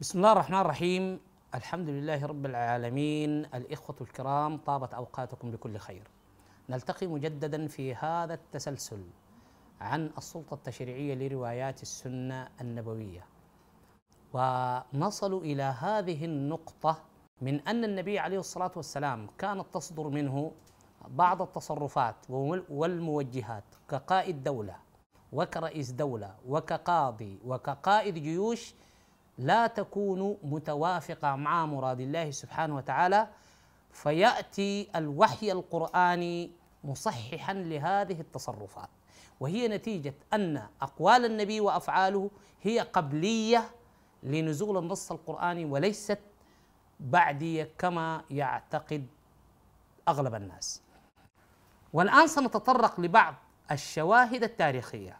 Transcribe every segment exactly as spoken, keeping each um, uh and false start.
بسم الله الرحمن الرحيم. الحمد لله رب العالمين. الإخوة الكرام، طابت أوقاتكم بكل خير. نلتقي مجددا في هذا التسلسل عن السلطة التشريعية لروايات السنة النبوية، ونصل إلى هذه النقطة من أن النبي عليه الصلاة والسلام كانت تصدر منه بعض التصرفات والموجهات كقائد دولة وكرئيس دولة وكقاضي وكقائد جيوش لا تكون متوافقة مع مراد الله سبحانه وتعالى، فيأتي الوحي القرآني مصححا لهذه التصرفات، وهي نتيجة أن أقوال النبي وأفعاله هي قبلية لنزول النص القرآني وليست بعدية كما يعتقد أغلب الناس. والآن سنتطرق لبعض الشواهد التاريخية،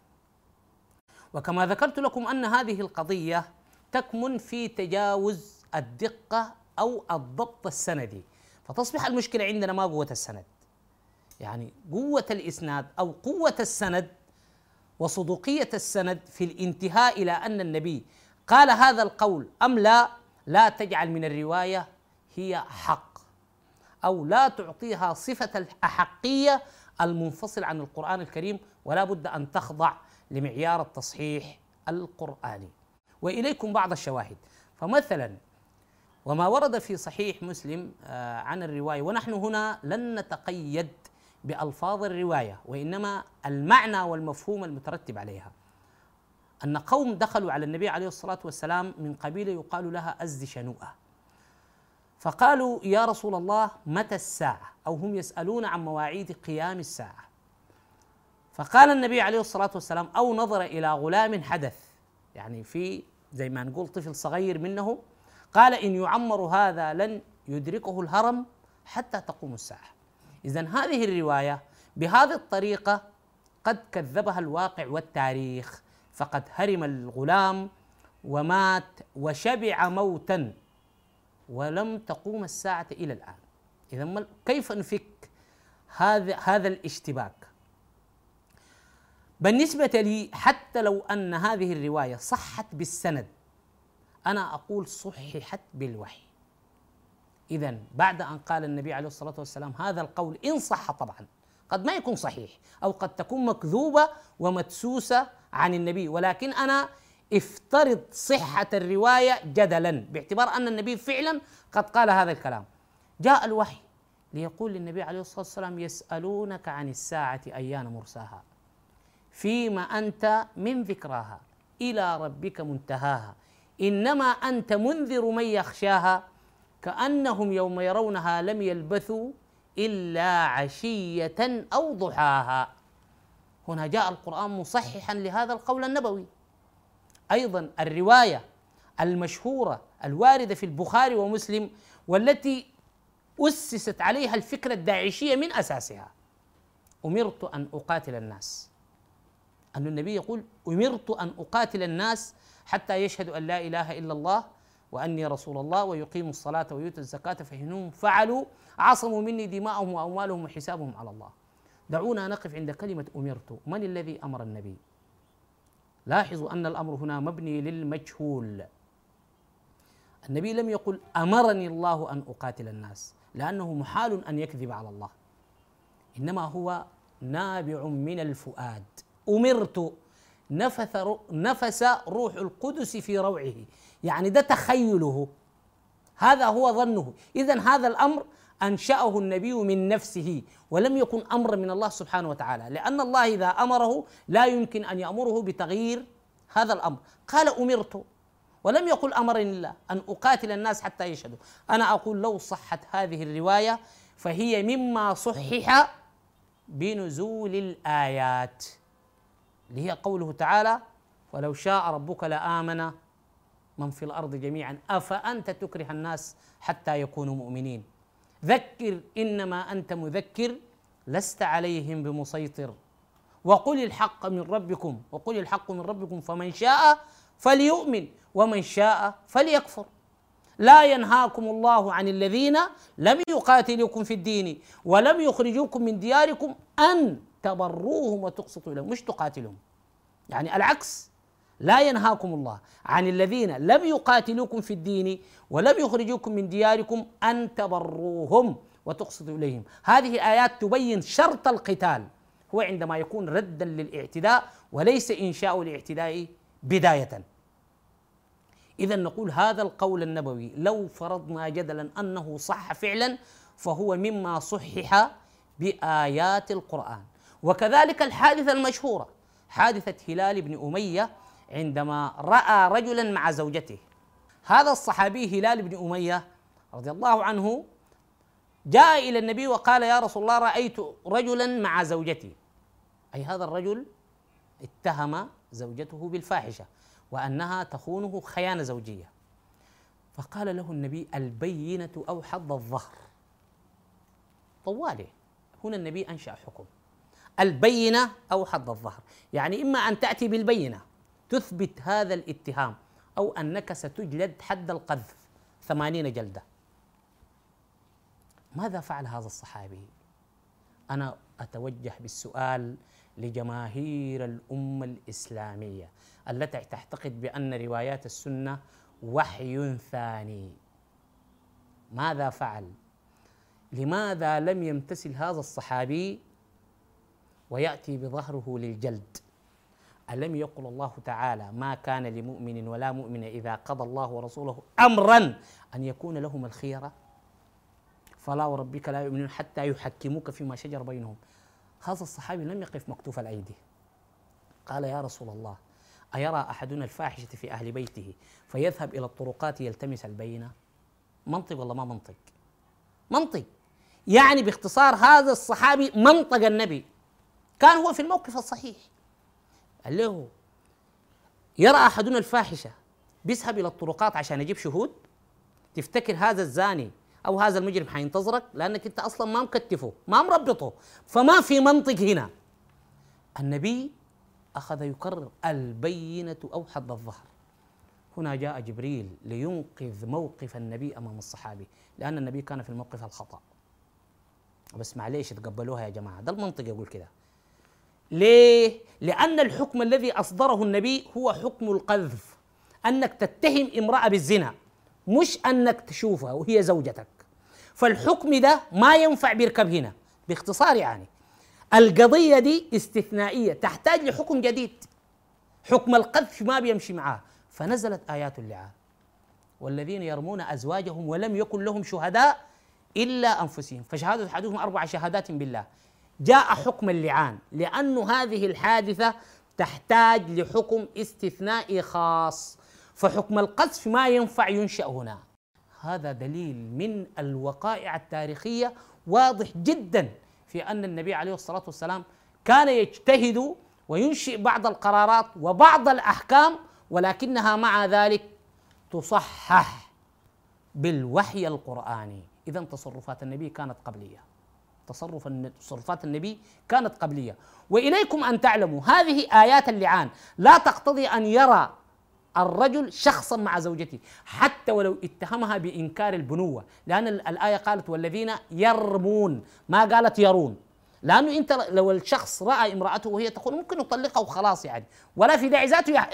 وكما ذكرت لكم أن هذه القضية تكمن في تجاوز الدقة أو الضبط السندي، فتصبح المشكلة عندنا ما قوة السند، يعني قوة الإسناد أو قوة السند وصدوقية السند في الانتهاء إلى أن النبي قال هذا القول أم لا، لا تجعل من الرواية هي حق أو لا تعطيها صفة الأحقية المنفصل عن القرآن الكريم، ولا بد أن تخضع لمعيار التصحيح القرآني. وإليكم بعض الشواهد، فمثلا وما ورد في صحيح مسلم عن الرواية، ونحن هنا لن نتقيد بألفاظ الرواية وإنما المعنى والمفهوم المترتب عليها، أن قوم دخلوا على النبي عليه الصلاة والسلام من قبيلة يقال لها أزد شنوءة، فقالوا يا رسول الله متى الساعة، أو هم يسألون عن مواعيد قيام الساعة، فقال النبي عليه الصلاة والسلام أو نظر إلى غلام حدث، يعني في زي ما نقول طفل صغير منه، قال إن يعمر هذا لن يدركه الهرم حتى تقوم الساعة. إذن هذه الرواية بهذه الطريقة قد كذبها الواقع والتاريخ، فقد هرم الغلام ومات وشبع موتا ولم تقوم الساعة إلى الآن. إذن كيف نفك هذا هذا الاشتباك؟ بالنسبة لي حتى لو أن هذه الرواية صحت بالسند، أنا أقول صححت بالوحي. إذن بعد أن قال النبي عليه الصلاة والسلام هذا القول إن صح، طبعا قد ما يكون صحيح أو قد تكون مكذوبة ومدسوسة عن النبي، ولكن أنا افترض صحة الرواية جدلا باعتبار أن النبي فعلا قد قال هذا الكلام. جاء الوحي ليقول للنبي عليه الصلاة والسلام يسألونك عن الساعة أيان مرساها فيما أنت من ذكراها إلى ربك منتهاها إنما أنت منذر من يخشاها كأنهم يوم يرونها لم يلبثوا إلا عشية أو ضحاها. هنا جاء القرآن مصححا لهذا القول النبوي. أيضا الرواية المشهورة الواردة في البخاري ومسلم والتي أسست عليها الفكرة الداعشية من أساسها، أمرت أن أقاتل الناس، أن النبي يقول أمرت أن أقاتل الناس حتى يشهدوا أن لا إله إلا الله وأني رسول الله ويقيموا الصلاة ويؤتوا الزكاة فإنهم فعلوا عصموا مني دماءهم وأموالهم وحسابهم على الله. دعونا نقف عند كلمة أمرت. من الذي أمر النبي؟ لاحظوا أن الأمر هنا مبني للمجهول. النبي لم يقل أمرني الله أن أقاتل الناس، لأنه محال أن يكذب على الله، إنما هو نابع من الفؤاد. أمرت نفث نفس روح القدس في روعه، يعني ده تخيله، هذا هو ظنه. إذن هذا الأمر أنشأه النبي من نفسه ولم يكن أمر من الله سبحانه وتعالى، لأن الله إذا أمره لا يمكن أن يأمره بتغيير هذا الأمر. قال أمرت ولم يقل أمرني الله أن أقاتل الناس حتى يشهدوا. أنا أقول لو صحت هذه الرواية فهي مما صحح بنزول الآيات، اللي هي قوله تعالى ولو شاء ربك لآمن من في الأرض جميعا أفأنت تكره الناس حتى يكونوا مؤمنين ذكر إنما أنت مذكر لست عليهم بمسيطر وقل الحق من ربكم وقل الحق من ربكم فمن شاء فليؤمن ومن شاء فليكفر لا ينهاكم الله عن الذين لم يقاتلوكم في الدين ولم يخرجوكم من دياركم أن تبروهم وتقسطوا إليهم، مش تقاتلهم، يعني العكس. لا ينهاكم الله عن الذين لم يقاتلوكم في الدين ولم يخرجوكم من دياركم أن تبروهم وتقسطوا إليهم. هذه آيات تبين شرط القتال هو عندما يكون ردا للاعتداء وليس إنشاء الاعتداء بداية. إذا نقول هذا القول النبوي لو فرضنا جدلا أنه صح فعلا فهو مما صحح بآيات القرآن. وكذلك الحادثة المشهورة حادثة هلال بن أمية عندما رأى رجلا مع زوجته. هذا الصحابي هلال بن أمية رضي الله عنه جاء إلى النبي وقال يا رسول الله رأيت رجلا مع زوجتي، أي هذا الرجل اتهم زوجته بالفاحشة وأنها تخونه خيانة زوجية. فقال له النبي البينة أو حظ الظهر. طوالي هنا النبي أنشأ حكم البينة أو حظ الظهر، يعني إما أن تأتي بالبينة تثبت هذا الاتهام أو أنك ستجلد حد القذف ثمانين جلدة. ماذا فعل هذا الصحابي؟ أنا أتوجه بالسؤال لجماهير الأمة الإسلامية التي تعتقد بأن روايات السنة وحي ثاني. ماذا فعل؟ لماذا لم يمتثل هذا الصحابي ويأتي بظهره للجلد؟ ألم يقل الله تعالى ما كان لمؤمن ولا مؤمن إذا قضى الله ورسوله أمرا أن يكون لهم الخيرة؟ فلا وربك لا يؤمنون حتى يحكموك فيما شجر بينهم. هذا الصحابي لم يقف مكتوف الأيدي، قال يا رسول الله أيرى أحدنا الفاحشة في أهل بيته فيذهب إلى الطرقات يلتمس البينة؟ منطق ولا ما منطق؟ منطق. يعني باختصار هذا الصحابي منطق النبي، كان هو في الموقف الصحيح. قال له يرى أحدنا الفاحشة بيذهب إلى الطرقات عشان يجيب شهود؟ تفتكر هذا الزاني أو هذا المجرم حينتظرك؟ لأنك أنت أصلا ما مكتفه ما مربطه، فما في منطق هنا. النبي أخذ يكرر البينة أو حد الظهر. هنا جاء جبريل لينقذ موقف النبي أمام الصحابي، لأن النبي كان في الموقف الخطأ. بس معليش تقبلوها يا جماعة، ده المنطق يقول كده. ليه؟ لأن الحكم الذي أصدره النبي هو حكم القذف، أنك تتهم امرأة بالزنا مش أنك تشوفها وهي زوجتك. فالحكم ده ما ينفع بيركب هنا. باختصار يعني القضية دي استثنائية تحتاج لحكم جديد، حكم القذف ما بيمشي معاه. فنزلت آيات اللعان والذين يرمون أزواجهم ولم يكن لهم شهداء إلا أنفسهم فشهادة أحدهم أربع شهادات بالله. جاء حكم اللعان لأن هذه الحادثة تحتاج لحكم استثنائي خاص، فحكم القذف ما ينفع ينشأ هنا. هذا دليل من الوقائع التاريخية واضح جدا في أن النبي عليه الصلاة والسلام كان يجتهد وينشئ بعض القرارات وبعض الأحكام، ولكنها مع ذلك تصحح بالوحي القرآني. إذن تصرفات النبي كانت قبلية، تصرف تصرفات النبي كانت قبلية. وإليكم أن تعلموا هذه آيات اللعان لا تقتضي أن يرى الرجل شخصا مع زوجته حتى ولو اتهمها بإنكار البنوة، لأن الآية قالت والذين يرمون ما قالت يرون، لأنه أنت لو الشخص رأى امرأته وهي تقول ممكن يطلقها وخلاص يعني، ولا في داعي ذاته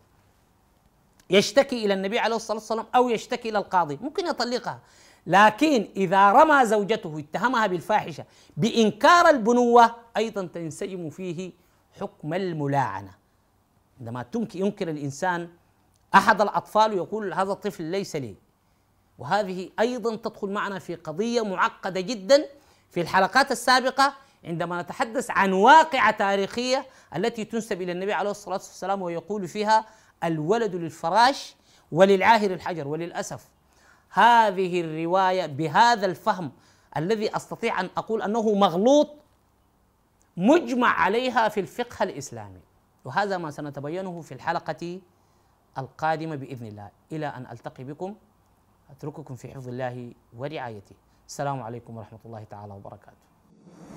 يشتكي إلى النبي عليه الصلاة والسلام أو يشتكي إلى القاضي، ممكن يطلقها. لكن إذا رمى زوجته اتهمها بالفاحشة بإنكار البنوة أيضا تنسجم فيه حكم الملاعنة. عندما ينكر الإنسان أحد الأطفال ويقول هذا الطفل ليس لي، وهذه أيضا تدخل معنا في قضية معقدة جدا في الحلقات السابقة عندما نتحدث عن واقعة تاريخية التي تنسب إلى النبي عليه الصلاة والسلام ويقول فيها الولد للفراش وللعاهر الحجر. وللأسف هذه الرواية بهذا الفهم الذي أستطيع أن أقول أنه مغلوط مجمع عليها في الفقه الإسلامي، وهذا ما سنتبينه في الحلقة القادمة بإذن الله. إلى أن ألتقي بكم أترككم في حفظ الله ورعايته. السلام عليكم ورحمة الله تعالى وبركاته.